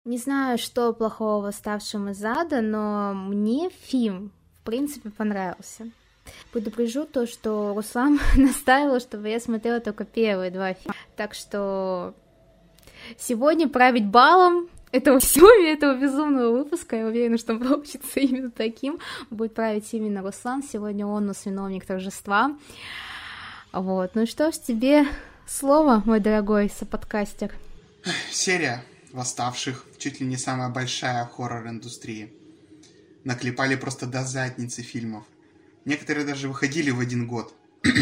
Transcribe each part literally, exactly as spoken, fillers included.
Не знаю, что плохого в «Восставшем из ада», но мне фильм, в принципе, понравился. Предупрежу то, что Руслан настаивал, чтобы я смотрела только первые два фильма. Так что сегодня править балом этого всего, этого безумного выпуска, я уверена, что он получится именно таким, будет править именно Руслан. Сегодня он у нас виновник торжества. Вот. Ну что ж, тебе слово, мой дорогой соподкастер. Серия «Восставших» чуть ли не самая большая в хоррор-индустрии. Наклепали просто до задницы фильмов. Некоторые даже выходили в один год.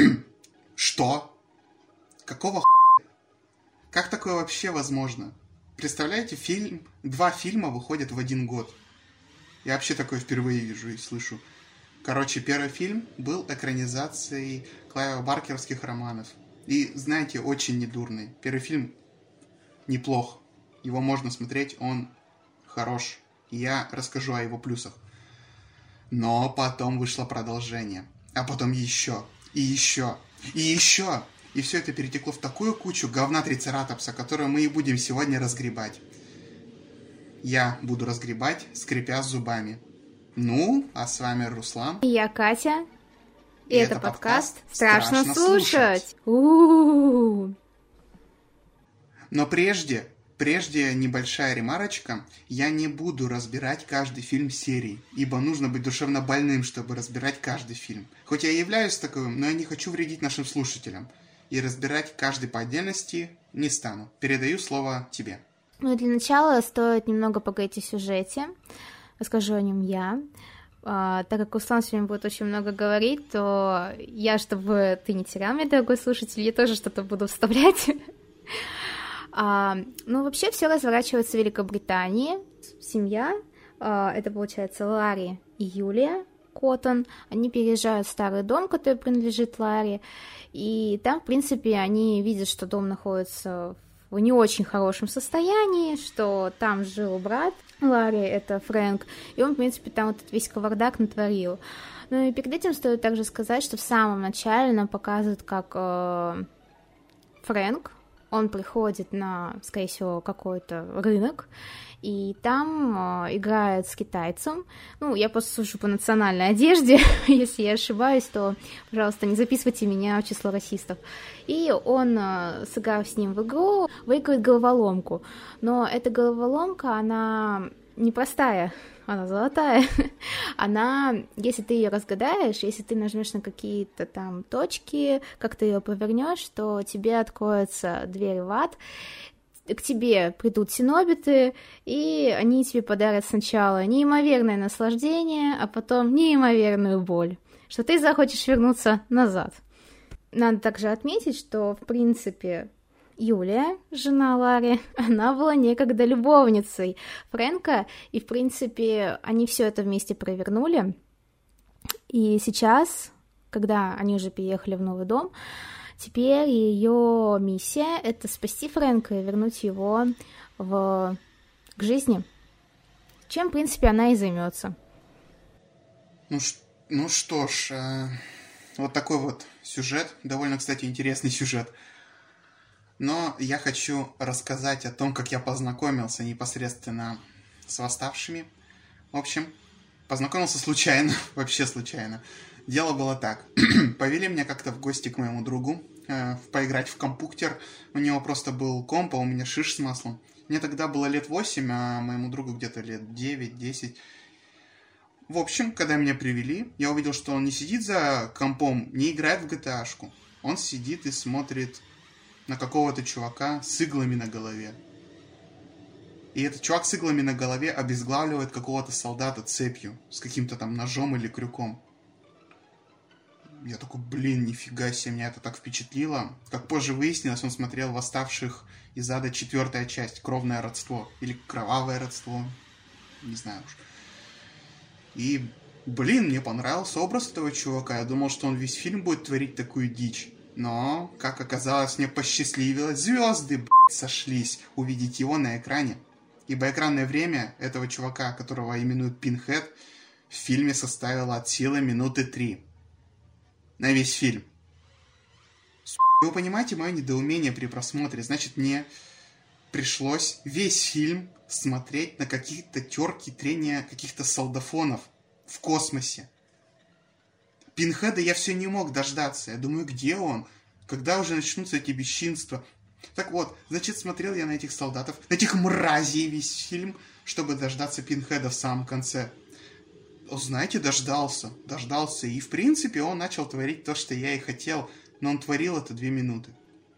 Что? Какого х**? Как такое вообще возможно? Представляете, фильм, два фильма выходят в один год. Я вообще такое впервые вижу и слышу. Короче, первый фильм был экранизацией Клайва Баркеровских романов. И, знаете, очень недурный. Первый фильм неплох. Его можно смотреть, он хорош. И я расскажу о его плюсах. Но потом вышло продолжение. А потом еще. И еще. И еще. И все это перетекло в такую кучу говна трицератопса, которую мы и будем сегодня разгребать. Я буду разгребать, скрипя зубами. Ну, а с вами Руслан. И я Катя. И, и это, это подкаст «Страшно, страшно слушать». слушать. У-у-у. Но прежде... Прежде небольшая ремарочка. Я не буду разбирать каждый фильм серии, ибо нужно быть душевно больным, чтобы разбирать каждый фильм. Хоть я и являюсь таковым, но я не хочу вредить нашим слушателям. И разбирать каждый по отдельности не стану. Передаю слово тебе. Ну и для начала стоит немного поговорить о сюжете. Расскажу о нем я. А, так как Руслан сегодня будет очень много говорить, то я, чтобы ты не терял меня, дорогой слушатель, я тоже что-то буду вставлять. А, ну, вообще все разворачивается в Великобритании. Семья, а, это получается Ларри и Юлия Коттон, они переезжают в старый дом, который принадлежит Ларри, и там, в принципе, они видят, что дом находится в не очень хорошем состоянии, что там жил брат Ларри, это Фрэнк, и он, в принципе, там вот этот весь кавардак натворил. Ну и перед этим стоит также сказать, что в самом начале нам показывают, как э, Фрэнк, он приходит на, скорее всего, какой-то рынок, и там э, играет с китайцем. Ну, я просто слушаю по национальной одежде. Если я ошибаюсь, то, пожалуйста, не записывайте меня в число расистов. И он, э, сыграв с ним в игру, выигрывает головоломку. Но эта головоломка, она непростая, она золотая. Она, если ты ее разгадаешь, если ты нажмешь на какие-то там точки, как ты ее повернешь, то тебе откроется дверь в ад, к тебе придут синобиты, и они тебе подарят сначала неимоверное наслаждение, а потом неимоверную боль, что ты захочешь вернуться назад. Надо также отметить, что, в принципе, Юлия, жена Ларри, она была некогда любовницей Фрэнка, и, в принципе, они все это вместе провернули. И сейчас, когда они уже переехали в новый дом, теперь ее миссия — это спасти Фрэнка и вернуть его в... к жизни, чем, в принципе, она и займется. Ну, ш... ну что ж, э... вот такой вот сюжет, довольно, кстати, интересный сюжет. Но я хочу рассказать о том, как я познакомился непосредственно с «Восставшими». В общем, познакомился случайно, вообще случайно. Дело было так. Повели меня как-то в гости к моему другу э, поиграть в компьютер. У него просто был комп, а у меня шиш с маслом. Мне тогда было лет восемь, а моему другу где-то лет девять-десять. В общем, когда меня привели, я увидел, что он не сидит за компом, не играет в джи ти эй-шку. Он сидит и смотрит на какого-то чувака с иглами на голове. И этот чувак с иглами на голове обезглавливает какого-то солдата цепью, с каким-то там ножом или крюком. Я такой, блин, нифига себе, меня это так впечатлило. Как позже выяснилось, он смотрел «Восставших из ада» четвертая часть, «Кровное родство». Или «Кровавое родство». Не знаю уж. И, блин, мне понравился образ этого чувака. Я думал, что он весь фильм будет творить такую дичь. Но, как оказалось, мне посчастливилось. Звезды, блядь, сошлись увидеть его на экране. Ибо экранное время этого чувака, которого именуют Пинхед, в фильме составило от силы минуты три. На весь фильм. Вы понимаете мое недоумение при просмотре? Значит, мне пришлось весь фильм смотреть на какие-то терки, трения каких-то солдафонов в космосе. Пинхеда я все не мог дождаться. Я думаю, где он? Когда уже начнутся эти бесчинства? Так вот, значит, смотрел я на этих солдатов, на этих мразей весь фильм, чтобы дождаться Пинхеда в самом конце. Знаете, дождался, дождался. И, в принципе, он начал творить то, что я и хотел, но он творил это две минуты.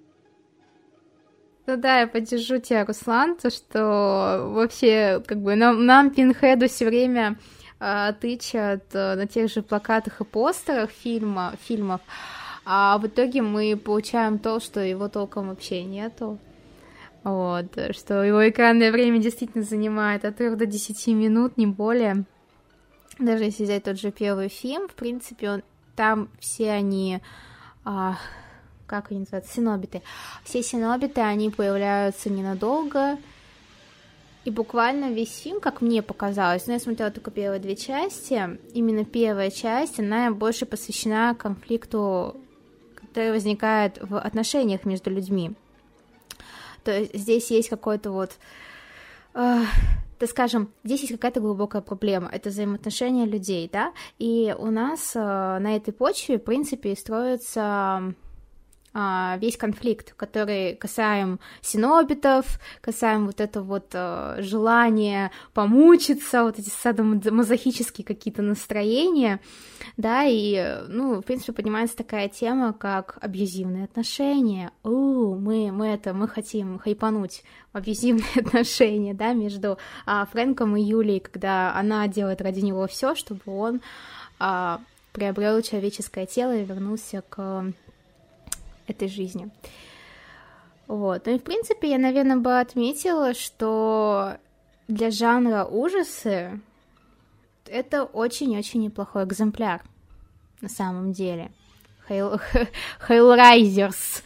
Ну да, я поддержу тебя, Руслан, то, что вообще, как бы, нам, нам Пинхеду все время э, тычат э, на тех же плакатах и постерах фильма, фильмов, а в итоге мы получаем то, что его толком вообще нету. Вот, что его экранное время действительно занимает от трёх до десяти минут, не более. Даже если взять тот же первый фильм, в принципе, он, там все они... А, как они называются? Синобиты. Все синобиты, они появляются ненадолго, и буквально весь фильм, как мне показалось, но я смотрела только первые две части, именно первая часть, она больше посвящена конфликту, который возникает в отношениях между людьми. То есть здесь есть какой-то вот... Э, так скажем, здесь есть какая-то глубокая проблема, это взаимоотношения людей, да, и у нас э, на этой почве, в принципе, строится... весь конфликт, который касаем синобитов, касаем вот это вот э, желание помучиться, вот эти садомазохические какие-то настроения, да, и, ну, в принципе, поднимается такая тема, как абьюзивные отношения. У, мы, мы это, мы хотим хайпануть абьюзивные отношения, да, между э, Фрэнком и Юлией, когда она делает ради него все, чтобы он э, приобрел человеческое тело и вернулся к этой жизни. Вот. Ну и, в принципе, я, наверное, бы отметила, что для жанра ужасы это очень-очень неплохой экземпляр на самом деле. Hellraisers.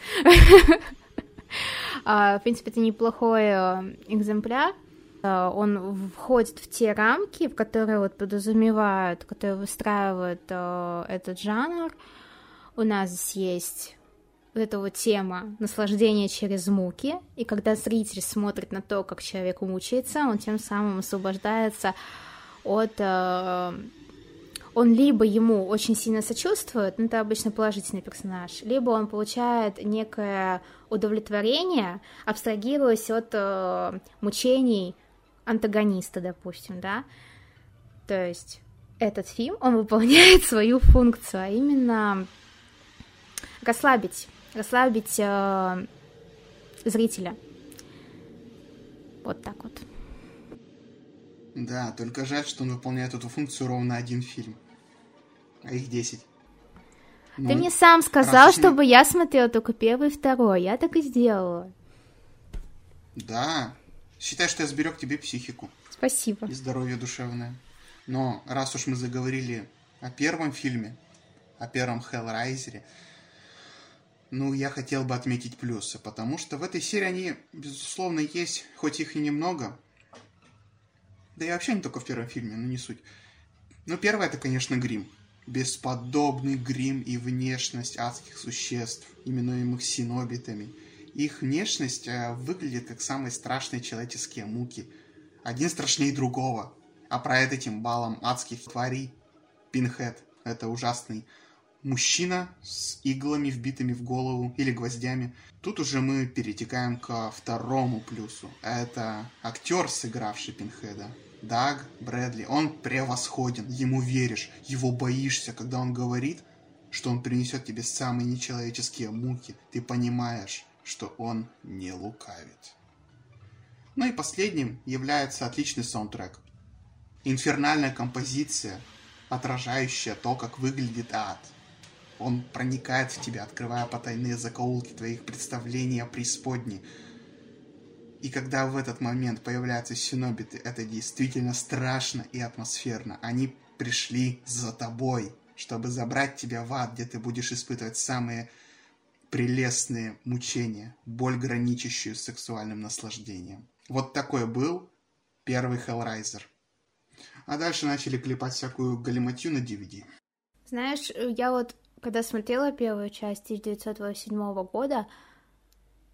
В принципе, это неплохой экземпляр. Он входит в те рамки, в которые вот подразумевают, которые выстраивают этот жанр. У нас здесь есть вот эта вот тема наслаждения через муки, и когда зритель смотрит на то, как человек мучается, он тем самым освобождается от... Э, он либо ему очень сильно сочувствует, ну, это обычно положительный персонаж, либо он получает некое удовлетворение, абстрагируясь от э, мучений антагониста, допустим, да. То есть этот фильм, он выполняет свою функцию, а именно расслабить расслабить э, зрителя. Вот так вот. Да, только жаль, что он выполняет эту функцию ровно один фильм. А их десять. Ну, ты мне сам сказал, чтобы мы... я смотрела только первый и второй. Я так и сделала. Да. Считай, что я сберег тебе психику. Спасибо. И здоровье душевное. Но раз уж мы заговорили о первом фильме, о первом Hellraiser, ну, я хотел бы отметить плюсы, потому что в этой серии они, безусловно, есть, хоть их и немного. Да и вообще не только в первом фильме, но не суть. Ну, первое, это, конечно, грим. Бесподобный грим и внешность адских существ, именуемых синобитами. Их внешность э, выглядит как самые страшные человеческие муки. Один страшнее другого. А правит этим балом адских тварей Пинхед. Это ужасный мужчина с иглами, вбитыми в голову, или гвоздями. Тут уже мы перетекаем ко второму плюсу. Это актер, сыгравший Пинхеда. Даг Брэдли. Он превосходен. Ему веришь. Его боишься, когда он говорит, что он принесет тебе самые нечеловеческие муки. Ты понимаешь, что он не лукавит. Ну и последним является отличный саундтрек. Инфернальная композиция, отражающая то, как выглядит ад. Он проникает в тебя, открывая потайные закоулки твоих представлений о преисподней. И когда в этот момент появляются синобиты, это действительно страшно и атмосферно. Они пришли за тобой, чтобы забрать тебя в ад, где ты будешь испытывать самые прелестные мучения, боль, граничащую с сексуальным наслаждением. Вот такой был первый Hellraiser. А дальше начали клепать всякую галиматью на ди ви ди. Знаешь, я вот, когда смотрела первую часть тысяча девятьсот восемьдесят седьмого года,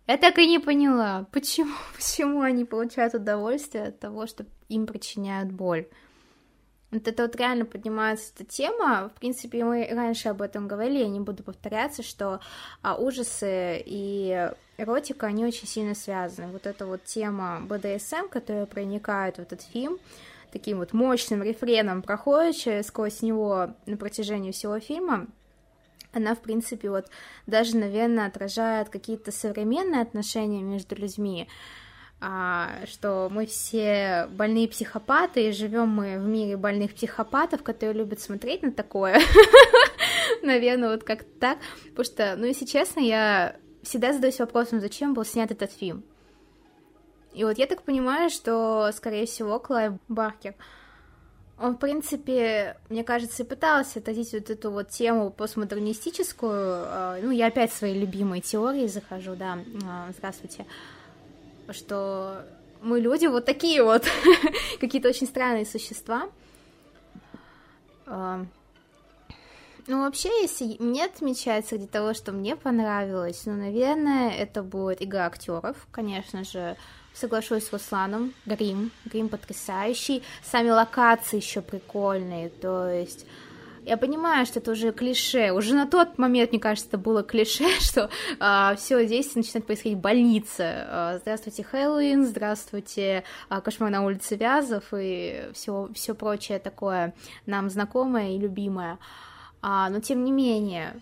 Я так и не поняла, почему, почему они получают удовольствие от того, что им причиняют боль. Вот это вот реально поднимается эта тема. В принципе, мы раньше об этом говорили, я не буду повторяться, что а, ужасы и эротика, они очень сильно связаны. Вот эта вот тема бэ дэ эс эм, которая проникает в этот фильм, таким вот мощным рефреном проходит сквозь него на протяжении всего фильма, она, в принципе, вот даже, наверное, отражает какие-то современные отношения между людьми, что мы все больные психопаты, и живем мы в мире больных психопатов, которые любят смотреть на такое. Наверное, вот как-то так. Потому что, ну, если честно, я всегда задаюсь вопросом, зачем был снят этот фильм. И вот я так понимаю, что, скорее всего, Клайв Баркер, он, в принципе, мне кажется, и пытался отразить вот эту вот тему постмодернистическую. Ну, я опять в свои любимые теории захожу, да, здравствуйте, что мы люди вот такие вот, какие-то очень странные существа. Ну, вообще, если мне отмечать среди того, что мне понравилось, ну, наверное, это будет игра актеров, конечно же. Соглашусь с Русланом. Грим. Грим потрясающий. Сами локации еще прикольные. То есть я понимаю, что это уже клише. Уже на тот момент, мне кажется, это было клише, что а, все здесь начинает происходить в больнице. А, здравствуйте, Хэллоуин, здравствуйте, а, Кошмар на улице Вязов и все, все прочее такое нам знакомое и любимое. А, но тем не менее,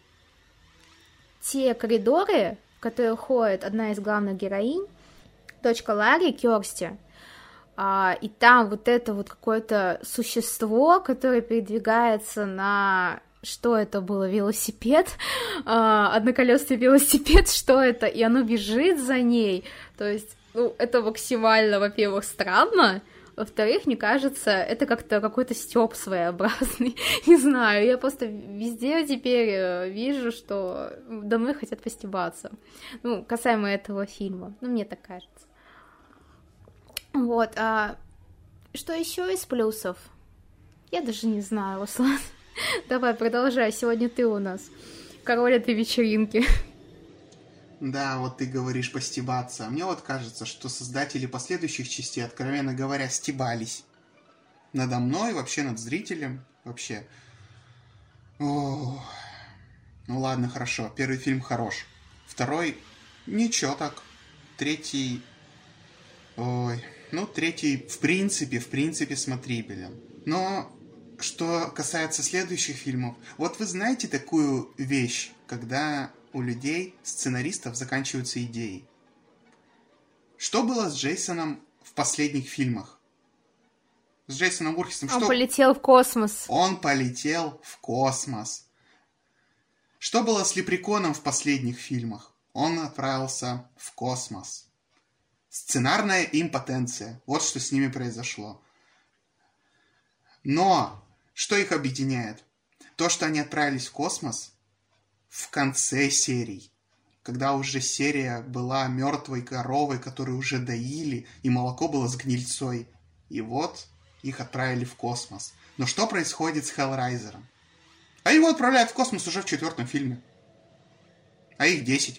те коридоры, в которые ходит одна из главных героинь, дочка Ларри, Кёрсти, а, и там вот это вот какое-то существо, которое передвигается на... Что это было? Велосипед? А, одноколесный велосипед, что это? И оно бежит за ней. То есть, ну, это максимально, во-первых, странно. Во-вторых, мне кажется, это как-то какой-то стёб своеобразный. Не знаю, я просто везде теперь вижу, что до мной хотят постебаться. Ну, касаемо этого фильма. Ну, мне так кажется. Вот, а что еще из плюсов? Я даже не знаю, Руслан. Давай, продолжай, сегодня ты у нас король этой вечеринки. Да, вот ты говоришь постебаться. Мне вот кажется, что создатели последующих частей, откровенно говоря, стебались. Надо мной, вообще над зрителем, вообще. О, ну ладно, хорошо, первый фильм хорош. Второй, ничего так. Третий, ой... Ну, третий, в принципе, в принципе, смотрибелен. Но что касается следующих фильмов, вот вы знаете такую вещь, когда у людей, сценаристов, заканчиваются идеи. Что было с Джейсоном в последних фильмах? С Джейсоном Вурхисом что? Он полетел в космос. Он полетел в космос. Что было с Лепреконом в последних фильмах? Он отправился в космос. Сценарная импотенция. Вот что с ними произошло. Но что их объединяет? То, что они отправились в космос в конце серий. Когда уже серия была мертвой коровой, которую уже доили, и молоко было с гнильцой. И вот их отправили в космос. Но что происходит с Хеллрайзером? А его отправляют в космос уже в четвертом фильме. А их десять.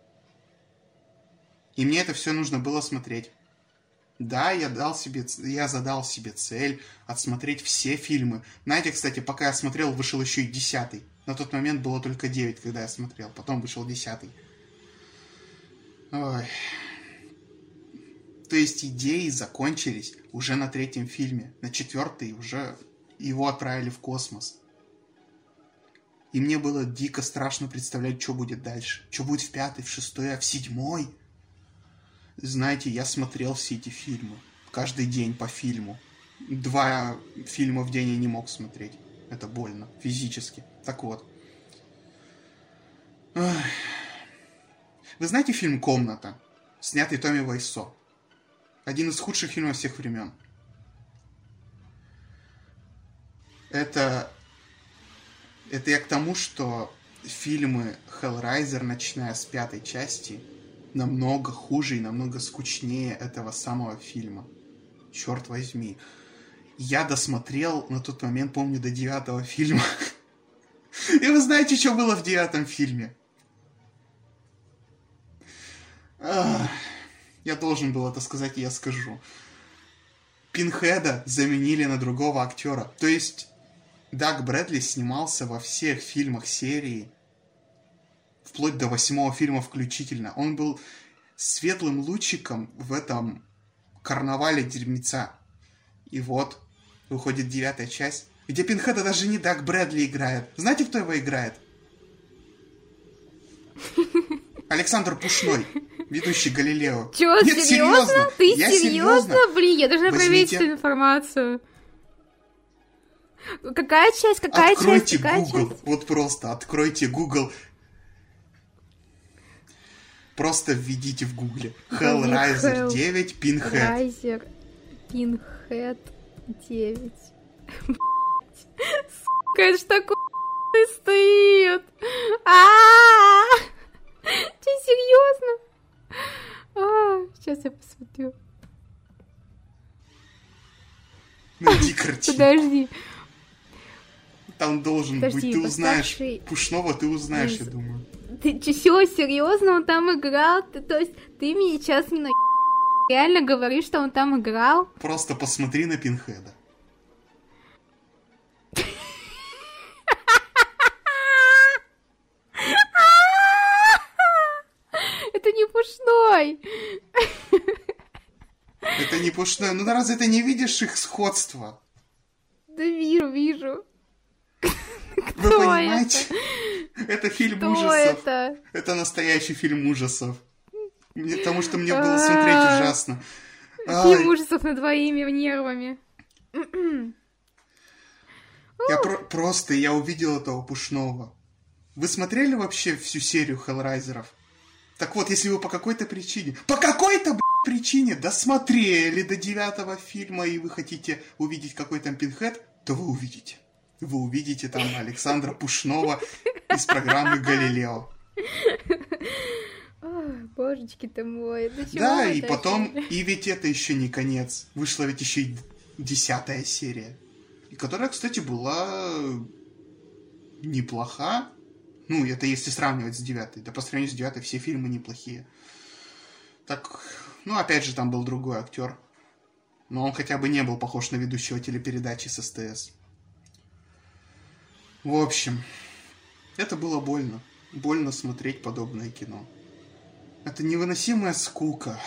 И мне это все нужно было смотреть. Да, я, дал себе, я задал себе цель отсмотреть все фильмы. Знаете, кстати, пока я смотрел, вышел еще и десятый. На тот момент было только девять, когда я смотрел. Потом вышел десятый. Ой. То есть идеи закончились уже на третьем фильме. На четвертый уже его отправили в космос. И мне было дико страшно представлять, что будет дальше. Что будет в пятый, в шестой, а в седьмой? Знаете, я смотрел все эти фильмы. Каждый день по фильму. Два фильма в день я не мог смотреть. Это больно. Физически. Так вот. Ой. Вы знаете фильм «Комната», снятый Томми Вайсо? Один из худших фильмов всех времен. Это... Это я к тому, что фильмы Hellraiser, начиная с пятой части, намного хуже и намного скучнее этого самого фильма. Черт возьми. Я досмотрел на тот момент, помню, до девятого фильма. И вы знаете, что было в девятом фильме? должен был это сказать, и я скажу. Пинхеда заменили на другого актера. То есть Даг Брэдли снимался во всех фильмах серии, вплоть до восьмого фильма включительно. Он был светлым лучиком в этом карнавале дерьмеца. И вот, выходит девятая часть, где Пинхеда даже не Даг Брэдли играет. Знаете, кто его играет? Александр Пушной, ведущий Галилео. Чё, Нет, серьезно? серьезно? Ты Я серьезно? серьезно? Блин, я должна Возьмите... проверить эту информацию. Какая часть? Какая откройте часть? Какая Google. часть? Вот просто откройте Google. Просто введите в Гугле. Hellraiser девять, Pinhead. Hellraiser, Pinhead девять. Сука, это ж такой стоит. А-а-а! Че, серьезно? Сейчас я посмотрю. Найди картину. Подожди. Там должен Подожди, быть. Ты узнаешь. поставший... Пушного ты узнаешь, Из... я думаю. Ты чё, серьезно? Он там играл? Ты, то есть ты мне сейчас не на... реально говоришь, что он там играл? Просто посмотри на Пинхеда. Это не Пушной. Это не Пушной. Ну разве ты не видишь их сходства? Да вижу, вижу. Вы понимаете? Это, это фильм Кто ужасов. это? Это настоящий фильм ужасов. Мне, потому что мне было смотреть ужасно. Фильм ужасов над твоими нервами. Я про- просто, я увидел этого Пушного. Вы смотрели вообще всю серию Хеллрайзеров? Так вот, если вы по какой-то причине... По какой-то, блядь, причине досмотрели до девятого фильма, и вы хотите увидеть какой там Пинхед, то вы увидите. Вы увидите там Александра Пушного из программы «Галилео». Ох, божечки ты мой. Да, и потом, и ведь это еще не конец. Вышла ведь еще и десятая серия. И которая, кстати, была неплоха. Ну, это если сравнивать с девятой. Да по сравнению с девятой все фильмы неплохие. Так, ну, опять же, там был другой актер. Но он хотя бы не был похож на ведущего телепередачи с СТС. В общем, это было больно. Больно смотреть подобное кино. Это невыносимая скука.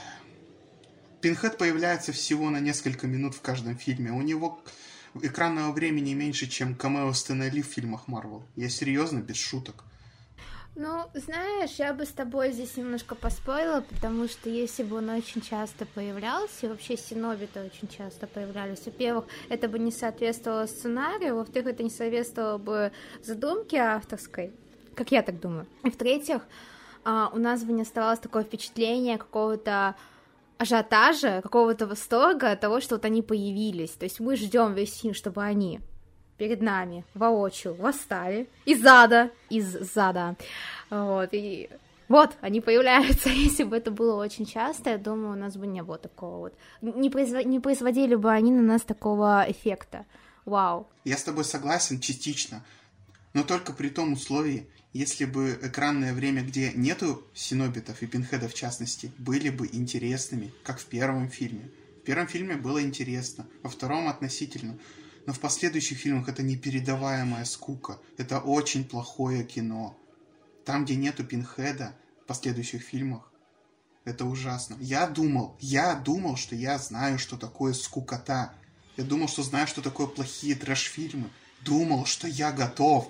Пинхед появляется всего на несколько минут в каждом фильме. У него экранного времени меньше, чем камео Стэна Ли в фильмах Марвел. Я серьезно, без шуток. Ну, знаешь, я бы с тобой здесь немножко поспорила, потому что если бы он очень часто появлялся, и вообще синобиты очень часто появлялись, во-первых, это бы не соответствовало сценарию, во-вторых, это не соответствовало бы задумке авторской, как я так думаю. И в-третьих, у нас бы не оставалось такое впечатление какого-то ажиотажа, какого-то восторга от того, что вот они появились. То есть мы ждем весь фильм, чтобы они перед нами воочию восстали из ада, из зада. Вот, и вот, они появляются. Если бы это было очень часто, я думаю, у нас бы не было такого вот. Не, производ... не производили бы они на нас такого эффекта. Вау. Я с тобой согласен частично, но только при том условии, если бы экранное время, где нету синобитов и Пинхеда в частности, были бы интересными, как в первом фильме. В первом фильме было интересно, во втором относительно. Но в последующих фильмах это непередаваемая скука. Это очень плохое кино. Там, где нету Пинхеда в последующих фильмах, это ужасно. Я думал, я думал, что я знаю, что такое скукота. Я думал, что знаю, что такое плохие трэш-фильмы. Думал, что я готов.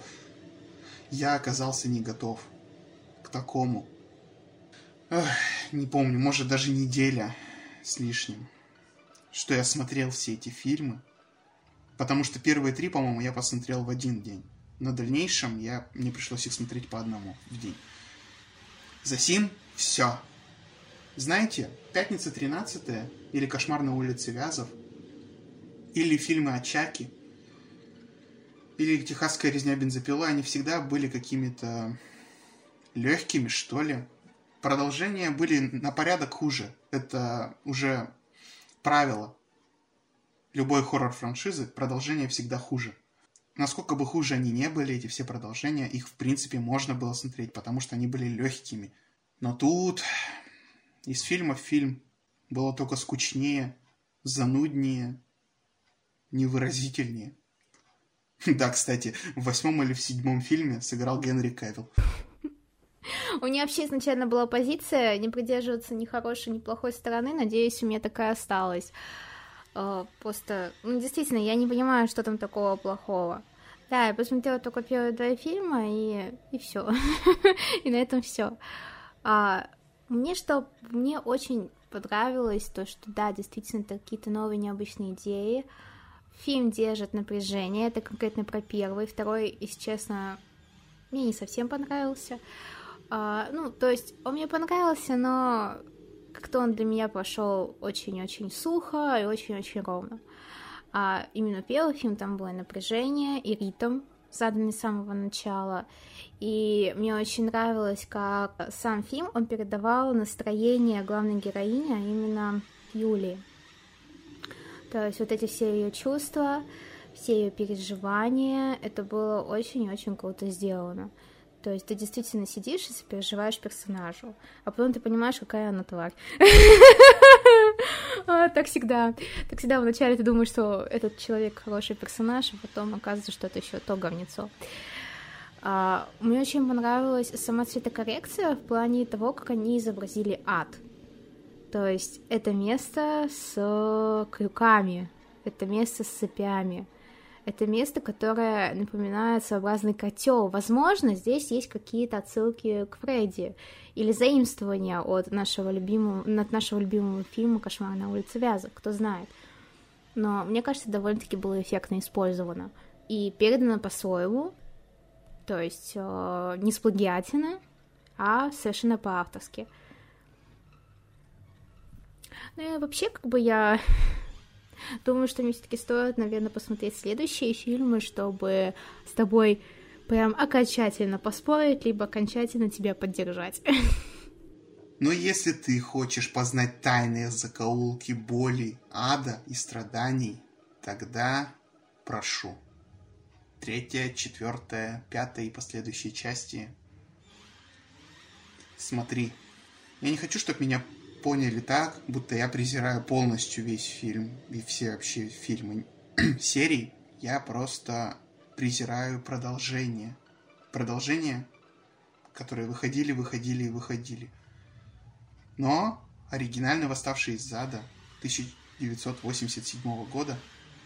Я оказался не готов к такому. Эх, не помню, может даже неделя с лишним, что я смотрел все эти фильмы. Потому что первые три, по-моему, я посмотрел в один день. На дальнейшем я, мне пришлось их смотреть по одному в день. Засим все. Знаете, «Пятница тринадцатая» или «Кошмар на улице Вязов», или фильмы о Чаке, или «Техасская резня бензопилой», они всегда были какими-то легкими, что ли. Продолжения были на порядок хуже. Это уже правило. Любой хоррор-франшизы, продолжения всегда хуже. Насколько бы хуже они не были, эти все продолжения, их в принципе можно было смотреть, потому что они были легкими. Но тут Из фильма в фильм было только скучнее, зануднее, невыразительнее. Да, кстати, в восьмом или в седьмом фильме сыграл Генри Кавилл. У меня вообще изначально была позиция не придерживаться ни хорошей, ни плохой стороны. Надеюсь, у меня такая осталась. Просто, ну, действительно, я не понимаю, что там такого плохого. Да, я посмотрела только первые два фильма, и, и все. И на этом все. А, мне что, мне очень понравилось то, что, да, действительно, это какие-то новые необычные идеи. Фильм держит напряжение, это конкретно про первый. Второй, если честно, мне не совсем понравился. А, ну, то есть, он мне понравился, но как-то он для меня прошел очень-очень сухо и очень-очень ровно. А именно первый фильм, там было напряжение и ритм, заданный с самого начала. И мне очень нравилось, как сам фильм, он передавал настроение главной героини, а именно Юлии. То есть вот эти все ее чувства, все ее переживания, это было очень-очень круто сделано. То есть ты действительно сидишь и сопереживаешь персонажу, а потом ты понимаешь, какая она тварь. Так всегда. Так всегда вначале ты думаешь, что этот человек хороший персонаж, а потом оказывается, что это еще то говнецо. Мне очень понравилась сама цветокоррекция в плане того, как они изобразили ад. То есть это место с крюками, это место с цепями. Это место, которое напоминает своеобразный котел. Возможно, здесь есть какие-то отсылки к Фредди или заимствования от нашего любимого, от нашего любимого фильма «Кошмар на улице Вязов», кто знает. Но мне кажется, довольно-таки было эффектно использовано и передано по-своему, то есть э, не сплагиатина, а совершенно по-авторски. Ну и вообще, как бы я... Думаю, что мне все-таки стоит, наверное, посмотреть следующие фильмы, чтобы с тобой прям окончательно поспорить, либо окончательно тебя поддержать. Но если ты хочешь познать тайные закоулки боли, ада и страданий, тогда прошу. Третья, четвертая, пятая и последующие части. Смотри. Я не хочу, чтобы меня поняли так, будто я презираю полностью весь фильм и все вообще фильмы серий. Я просто презираю продолжение. Продолжения, которые выходили, выходили и выходили. Но оригинальный «Восставший из ада» тысяча девятьсот восемьдесят седьмого года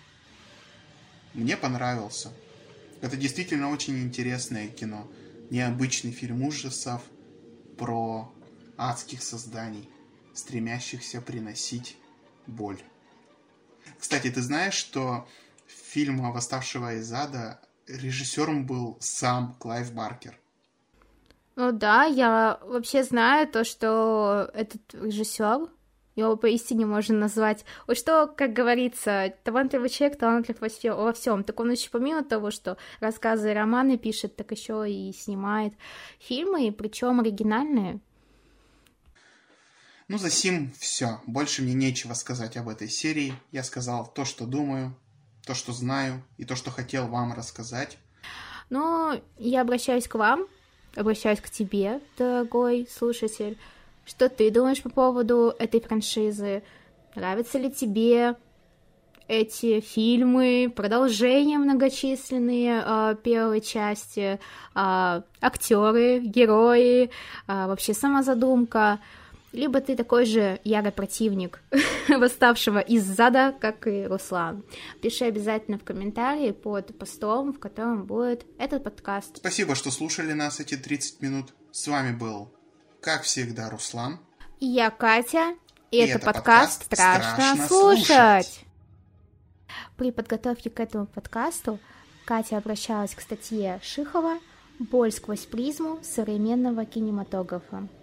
мне понравился. Это действительно очень интересное кино. Необычный фильм ужасов про адских созданий, стремящихся приносить боль. Кстати, ты знаешь, что фильма «Восставшего из ада» режиссером был сам Клайв Баркер? Ну да, я вообще знаю то, что этот режиссер, его поистине можно назвать, вот что, как говорится, талантливый человек, талантлив во всем. Так он еще помимо того, что рассказы и романы пишет, так еще и снимает фильмы, причем оригинальные. Ну, за сим все. Больше мне нечего сказать об этой серии. Я сказал то, что думаю, то, что знаю, и то, что хотел вам рассказать. Ну, я обращаюсь к вам, обращаюсь к тебе, дорогой слушатель. Что ты думаешь по поводу этой франшизы? Нравятся ли тебе эти фильмы, продолжения многочисленные э, первой части, э, актеры, герои, э, вообще сама задумка? Либо ты такой же ярый противник восставшего из ада, как и Руслан. Пиши обязательно в комментарии под постом, в котором будет этот подкаст. Спасибо, что слушали нас эти тридцать минут. С вами был, как всегда, Руслан. И я Катя. И, и это, это подкаст, подкаст «Страшно, страшно слушать». слушать. При подготовке к этому подкасту Катя обращалась к статье Шихова «Боль сквозь призму современного кинематографа».